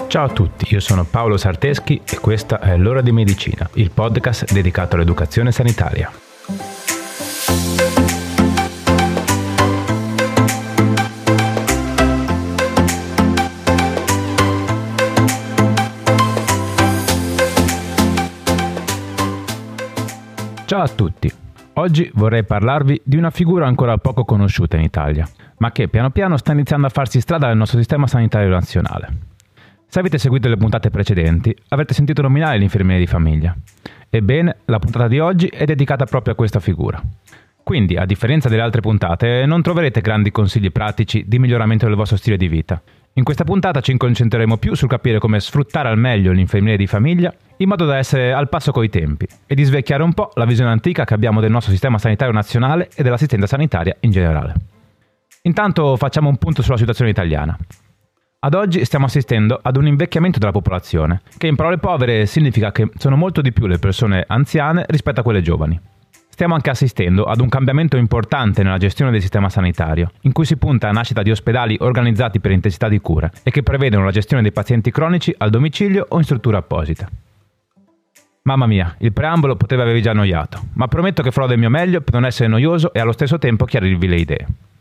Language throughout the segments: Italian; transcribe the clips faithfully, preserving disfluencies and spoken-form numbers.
Ciao a tutti, io sono Paolo Sarteschi e questa è L'Ora di Medicina, il podcast dedicato all'educazione sanitaria. Ciao a tutti, oggi vorrei parlarvi di una figura ancora poco conosciuta in Italia, ma che piano piano sta iniziando a farsi strada nel nostro sistema sanitario nazionale. Se avete seguito le puntate precedenti, avrete sentito nominare l'infermiere di famiglia. Ebbene, la puntata di oggi è dedicata proprio a questa figura. Quindi, a differenza delle altre puntate, non troverete grandi consigli pratici di miglioramento del vostro stile di vita. In questa puntata ci concentreremo più sul capire come sfruttare al meglio l'infermiere di famiglia, in modo da essere al passo coi tempi e di svecchiare un po' la visione antica che abbiamo del nostro sistema sanitario nazionale e dell'assistenza sanitaria in generale. Intanto facciamo un punto sulla situazione italiana. Ad oggi stiamo assistendo ad un invecchiamento della popolazione, che in parole povere significa che sono molto di più le persone anziane rispetto a quelle giovani. Stiamo anche assistendo ad un cambiamento importante nella gestione del sistema sanitario, in cui si punta alla nascita di ospedali organizzati per intensità di cure e che prevedono la gestione dei pazienti cronici al domicilio o in strutture apposite. Mamma mia, il preambolo poteva avervi già annoiato, ma prometto che farò del mio meglio per non essere noioso e allo stesso tempo chiarirvi le idee.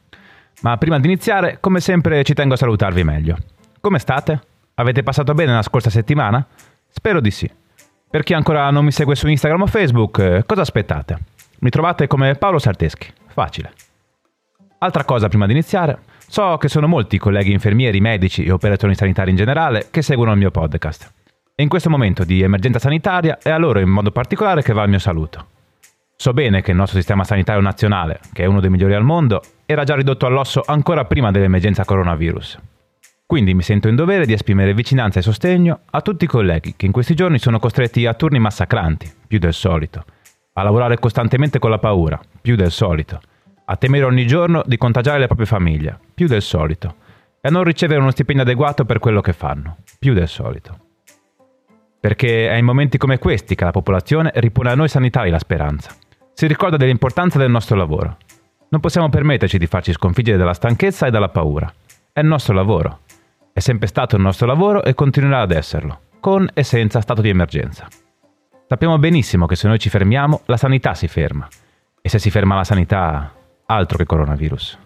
Ma prima di iniziare, come sempre, ci tengo a salutarvi meglio. Come state? Avete passato bene la scorsa settimana? Spero di sì. Per chi ancora non mi segue su Instagram o Facebook, cosa aspettate? Mi trovate come Paolo Sarteschi. Facile. Altra cosa prima di iniziare, so che sono molti colleghi infermieri, medici e operatori sanitari in generale che seguono il mio podcast. E in questo momento di emergenza sanitaria è a loro in modo particolare che va il mio saluto. So bene che il nostro sistema sanitario nazionale, che è uno dei migliori al mondo, era già ridotto all'osso ancora prima dell'emergenza coronavirus. Quindi mi sento in dovere di esprimere vicinanza e sostegno a tutti i colleghi che in questi giorni sono costretti a turni massacranti, più del solito, a lavorare costantemente con la paura, più del solito, a temere ogni giorno di contagiare le proprie famiglie, più del solito, e a non ricevere uno stipendio adeguato per quello che fanno, più del solito. Perché è in momenti come questi che la popolazione ripone a noi sanitari la speranza. Si ricorda dell'importanza del nostro lavoro. Non possiamo permetterci di farci sconfiggere dalla stanchezza e dalla paura. È il nostro lavoro. È sempre stato il nostro lavoro e continuerà ad esserlo, con e senza stato di emergenza. Sappiamo benissimo che se noi ci fermiamo, la sanità si ferma. E se si ferma la sanità, altro che coronavirus.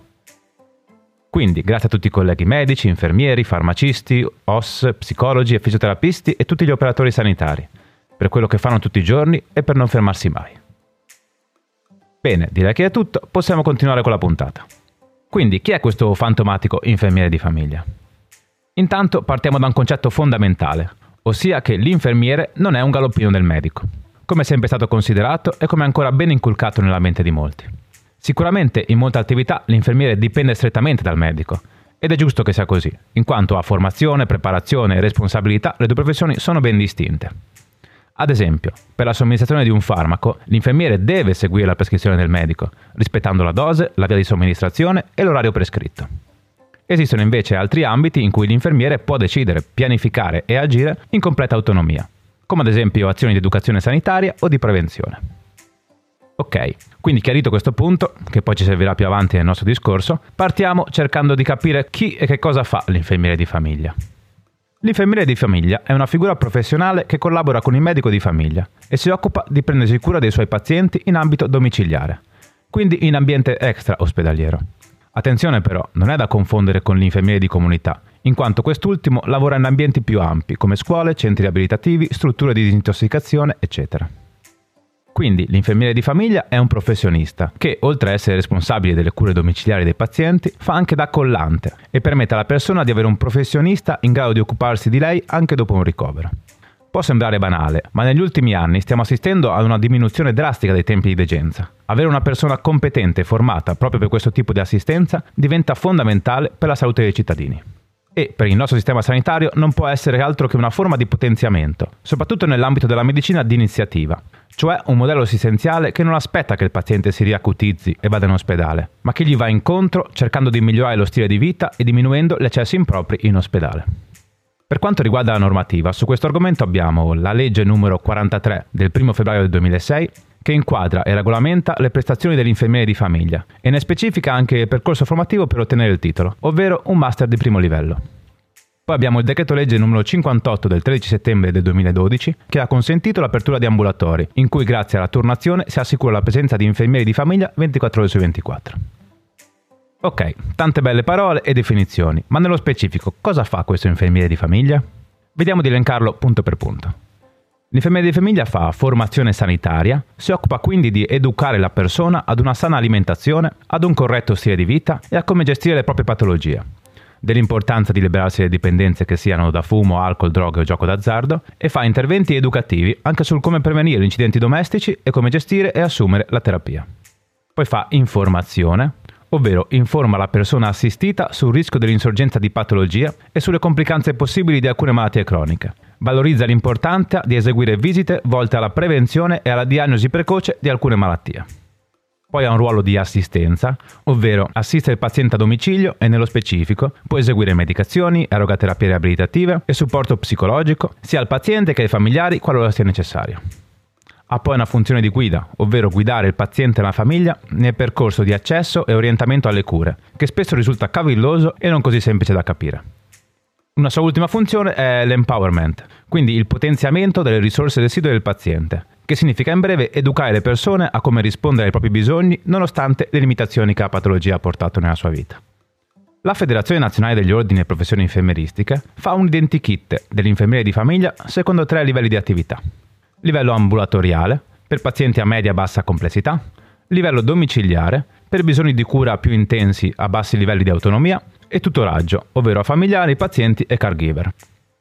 Quindi, grazie a tutti i colleghi medici, infermieri, farmacisti, O S, psicologi e fisioterapisti e tutti gli operatori sanitari, per quello che fanno tutti i giorni e per non fermarsi mai. Bene, direi che è tutto, possiamo continuare con la puntata. Quindi, chi è questo fantomatico infermiere di famiglia? Intanto partiamo da un concetto fondamentale, ossia che l'infermiere non è un galoppino del medico, come è sempre stato considerato e come è ancora ben inculcato nella mente di molti. Sicuramente in molte attività l'infermiere dipende strettamente dal medico, ed è giusto che sia così, in quanto a formazione, preparazione e responsabilità le due professioni sono ben distinte. Ad esempio, per la somministrazione di un farmaco, l'infermiere deve seguire la prescrizione del medico, rispettando la dose, la via di somministrazione e l'orario prescritto. Esistono invece altri ambiti in cui l'infermiere può decidere, pianificare e agire in completa autonomia, come ad esempio azioni di educazione sanitaria o di prevenzione. Ok, quindi chiarito questo punto, che poi ci servirà più avanti nel nostro discorso, partiamo cercando di capire chi e che cosa fa l'infermiere di famiglia. L'infermiere di famiglia è una figura professionale che collabora con il medico di famiglia e si occupa di prendersi cura dei suoi pazienti in ambito domiciliare, quindi in ambiente extra-ospedaliero. Attenzione però, non è da confondere con l'infermiere di comunità, in quanto quest'ultimo lavora in ambienti più ampi, come scuole, centri riabilitativi, strutture di disintossicazione, eccetera. Quindi l'infermiere di famiglia è un professionista che, oltre a essere responsabile delle cure domiciliari dei pazienti, fa anche da collante e permette alla persona di avere un professionista in grado di occuparsi di lei anche dopo un ricovero. Può sembrare banale, ma negli ultimi anni stiamo assistendo ad una diminuzione drastica dei tempi di degenza. Avere una persona competente e formata proprio per questo tipo di assistenza diventa fondamentale per la salute dei cittadini. E per il nostro sistema sanitario non può essere altro che una forma di potenziamento, soprattutto nell'ambito della medicina di iniziativa, cioè un modello assistenziale che non aspetta che il paziente si riacutizzi e vada in ospedale, ma che gli va incontro cercando di migliorare lo stile di vita e diminuendo gli accessi impropri in ospedale. Per quanto riguarda la normativa, su questo argomento abbiamo la legge numero quarantatré del primo febbraio del duemilasei, che inquadra e regolamenta le prestazioni dell'infermiere di famiglia e ne specifica anche il percorso formativo per ottenere il titolo, ovvero un master di primo livello. Poi abbiamo il decreto legge numero cinquantotto del tredici settembre del duemiladodici che ha consentito l'apertura di ambulatori, in cui grazie alla turnazione si assicura la presenza di infermieri di famiglia ventiquattro ore su ventiquattro. Ok, tante belle parole e definizioni, ma nello specifico cosa fa questo infermiere di famiglia? Vediamo di elencarlo punto per punto. L'infermiere di famiglia fa formazione sanitaria, si occupa quindi di educare la persona ad una sana alimentazione, ad un corretto stile di vita e a come gestire le proprie patologie, dell'importanza di liberarsi dalle dipendenze che siano da fumo, alcol, droghe o gioco d'azzardo, e fa interventi educativi anche sul come prevenire incidenti domestici e come gestire e assumere la terapia. Poi fa informazione, ovvero informa la persona assistita sul rischio dell'insorgenza di patologia e sulle complicanze possibili di alcune malattie croniche. Valorizza l'importanza di eseguire visite volte alla prevenzione e alla diagnosi precoce di alcune malattie. Poi ha un ruolo di assistenza, ovvero assiste il paziente a domicilio e nello specifico può eseguire medicazioni, eroga terapie riabilitative e supporto psicologico sia al paziente che ai familiari qualora sia necessario. Ha poi una funzione di guida, ovvero guidare il paziente e la famiglia nel percorso di accesso e orientamento alle cure, che spesso risulta cavilloso e non così semplice da capire. Una sua ultima funzione è l'empowerment, quindi il potenziamento delle risorse residue del paziente, che significa in breve educare le persone a come rispondere ai propri bisogni nonostante le limitazioni che la patologia ha portato nella sua vita. La Federazione Nazionale degli Ordini e Professioni Infermieristiche fa un identikit dell'infermiere di famiglia secondo tre livelli di attività. Livello ambulatoriale, per pazienti a media-bassa complessità, livello domiciliare, per bisogni di cura più intensi a bassi livelli di autonomia, e tutoraggio, ovvero a familiari, pazienti e caregiver.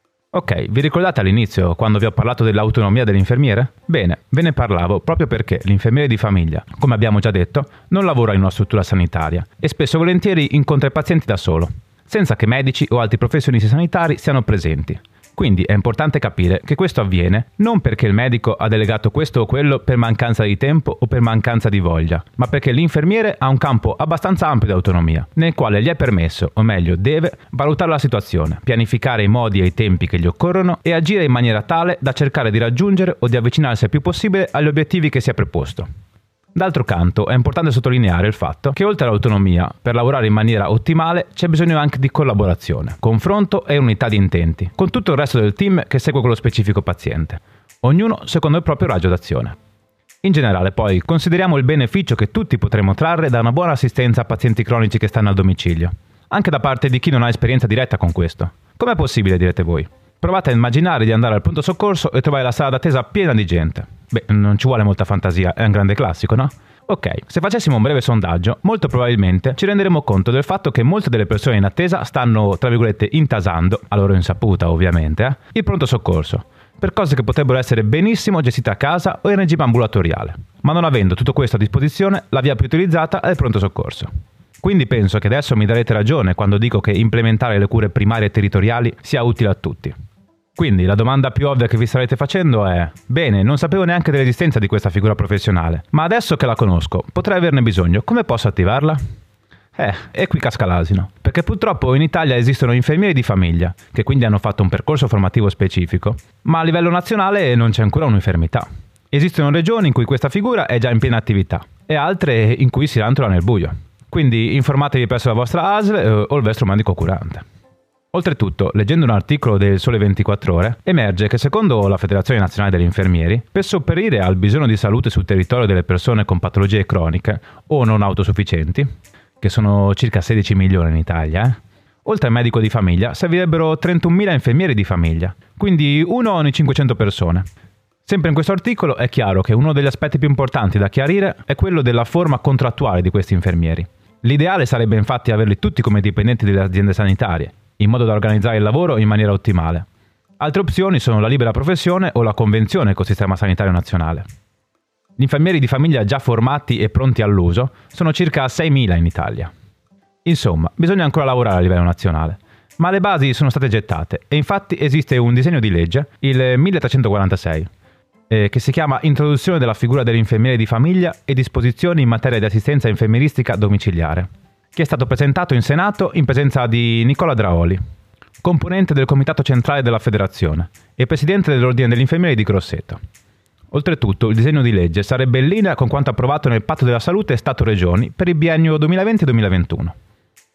Ok, vi ricordate all'inizio quando vi ho parlato dell'autonomia dell'infermiere? Bene, ve ne parlavo proprio perché l'infermiere di famiglia, come abbiamo già detto, non lavora in una struttura sanitaria e spesso e volentieri incontra i pazienti da solo, senza che medici o altri professionisti sanitari siano presenti. Quindi è importante capire che questo avviene non perché il medico ha delegato questo o quello per mancanza di tempo o per mancanza di voglia, ma perché l'infermiere ha un campo abbastanza ampio di autonomia, nel quale gli è permesso, o meglio deve, valutare la situazione, pianificare i modi e i tempi che gli occorrono e agire in maniera tale da cercare di raggiungere o di avvicinarsi il più possibile agli obiettivi che si è preposto. D'altro canto è importante sottolineare il fatto che oltre all'autonomia, per lavorare in maniera ottimale c'è bisogno anche di collaborazione, confronto e unità di intenti, con tutto il resto del team che segue quello specifico paziente, ognuno secondo il proprio raggio d'azione. In generale poi consideriamo il beneficio che tutti potremo trarre da una buona assistenza a pazienti cronici che stanno al domicilio, anche da parte di chi non ha esperienza diretta con questo. Com'è possibile, direte voi? Provate a immaginare di andare al pronto soccorso e trovare la sala d'attesa piena di gente. Beh, non ci vuole molta fantasia, è un grande classico, no? Ok, se facessimo un breve sondaggio, molto probabilmente ci renderemo conto del fatto che molte delle persone in attesa stanno, tra virgolette, intasando, a loro insaputa ovviamente, eh, il pronto soccorso, per cose che potrebbero essere benissimo gestite a casa o in regime ambulatoriale. Ma non avendo tutto questo a disposizione, la via più utilizzata è il pronto soccorso. Quindi penso che adesso mi darete ragione quando dico che implementare le cure primarie e territoriali sia utile a tutti. Quindi la domanda più ovvia che vi starete facendo è: bene, non sapevo neanche dell'esistenza di questa figura professionale, ma adesso che la conosco, potrei averne bisogno, come posso attivarla? Eh, e qui casca l'asino, perché purtroppo in Italia esistono infermieri di famiglia, che quindi hanno fatto un percorso formativo specifico, ma a livello nazionale non c'è ancora un'infermità. Esistono regioni in cui questa figura è già in piena attività, e altre in cui si rantola nel buio. Quindi informatevi presso la vostra A S L eh, o il vostro medico curante. Oltretutto, leggendo un articolo del Sole ventiquattro Ore, emerge che secondo la Federazione Nazionale degli Infermieri, per sopperire al bisogno di salute sul territorio delle persone con patologie croniche o non autosufficienti, che sono circa sedici milioni in Italia, eh, oltre al medico di famiglia servirebbero trentunomila infermieri di famiglia, quindi uno ogni cinquecento persone. Sempre in questo articolo è chiaro che uno degli aspetti più importanti da chiarire è quello della forma contrattuale di questi infermieri. L'ideale sarebbe infatti averli tutti come dipendenti delle aziende sanitarie, in modo da organizzare il lavoro in maniera ottimale. Altre opzioni sono la libera professione o la convenzione col Sistema Sanitario Nazionale. Gli infermieri di famiglia già formati e pronti all'uso sono circa seimila in Italia. Insomma, bisogna ancora lavorare a livello nazionale, ma le basi sono state gettate e infatti esiste un disegno di legge, il milletrecentoquarantasei, eh, che si chiama Introduzione della figura dell'infermiere di famiglia e disposizioni in materia di assistenza infermieristica domiciliare, che è stato presentato in Senato in presenza di Nicola Draoli, componente del Comitato Centrale della Federazione e presidente dell'Ordine degli Infermieri di Grosseto. Oltretutto, il disegno di legge sarebbe in linea con quanto approvato nel Patto della Salute Stato-Regioni per il biennio duemilaventi duemilaventuno.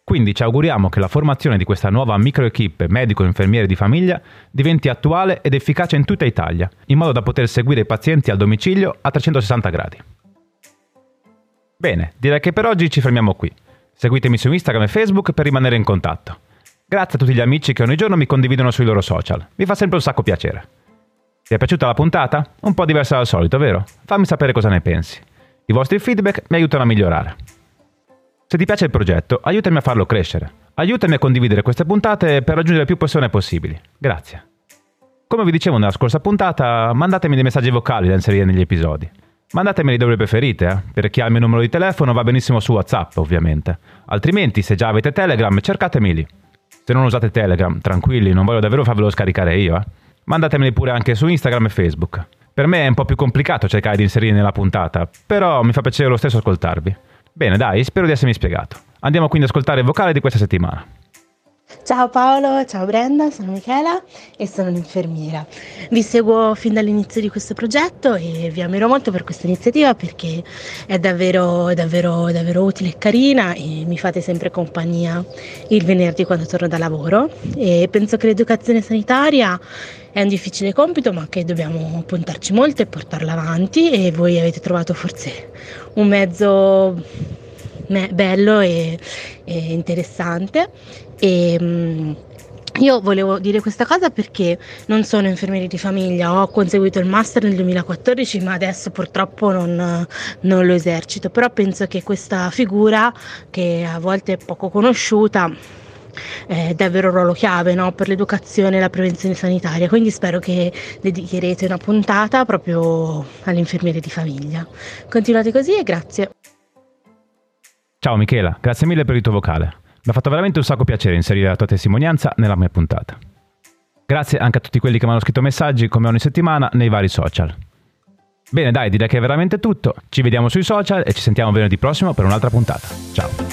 Quindi ci auguriamo che la formazione di questa nuova microequipe medico-infermiere di famiglia diventi attuale ed efficace in tutta Italia, in modo da poter seguire i pazienti al domicilio a trecentosessanta gradi. Bene, direi che per oggi ci fermiamo qui. Seguitemi su Instagram e Facebook per rimanere in contatto. Grazie a tutti gli amici che ogni giorno mi condividono sui loro social. Mi fa sempre un sacco piacere. Ti è piaciuta la puntata? Un po' diversa dal solito, vero? Fammi sapere cosa ne pensi. I vostri feedback mi aiutano a migliorare. Se ti piace il progetto, aiutami a farlo crescere. Aiutami a condividere queste puntate per raggiungere più persone possibili. Grazie. Come vi dicevo nella scorsa puntata, mandatemi dei messaggi vocali da inserire negli episodi. Mandatemeli dove preferite, eh? Per chi ha il mio numero di telefono va benissimo su WhatsApp, ovviamente. Altrimenti, se già avete Telegram, cercatemi lì. Se non usate Telegram, tranquilli, non voglio davvero farvelo scaricare io, eh? Mandatemeli pure anche su Instagram e Facebook. Per me è un po' più complicato cercare di inserire nella puntata, però mi fa piacere lo stesso ascoltarvi. Bene, dai, spero di essermi spiegato. Andiamo quindi ad ascoltare il vocale di questa settimana. Ciao Paolo, ciao Brenda, sono Michela e sono un'infermiera. Vi seguo fin dall'inizio di questo progetto e vi ammiro molto per questa iniziativa perché è davvero, davvero, davvero utile e carina e mi fate sempre compagnia il venerdì quando torno da lavoro e penso che l'educazione sanitaria è un difficile compito ma che dobbiamo puntarci molto e portarla avanti e voi avete trovato forse un mezzo bello e, e interessante e um, io volevo dire questa cosa perché non sono infermiere di famiglia, ho conseguito il master nel duemilaquattordici ma adesso purtroppo non, non lo esercito, però penso che questa figura che a volte è poco conosciuta è davvero un ruolo chiave, no? Per l'educazione e la prevenzione sanitaria, quindi spero che dedicherete una puntata proprio all'infermiere di famiglia. Continuate così e grazie. Ciao Michela, grazie mille per il tuo vocale. Mi ha fatto veramente un sacco piacere inserire la tua testimonianza nella mia puntata. Grazie anche a tutti quelli che mi hanno scritto messaggi come ogni settimana nei vari social. Bene dai, direi che è veramente tutto. Ci vediamo sui social e ci sentiamo venerdì prossimo per un'altra puntata. Ciao!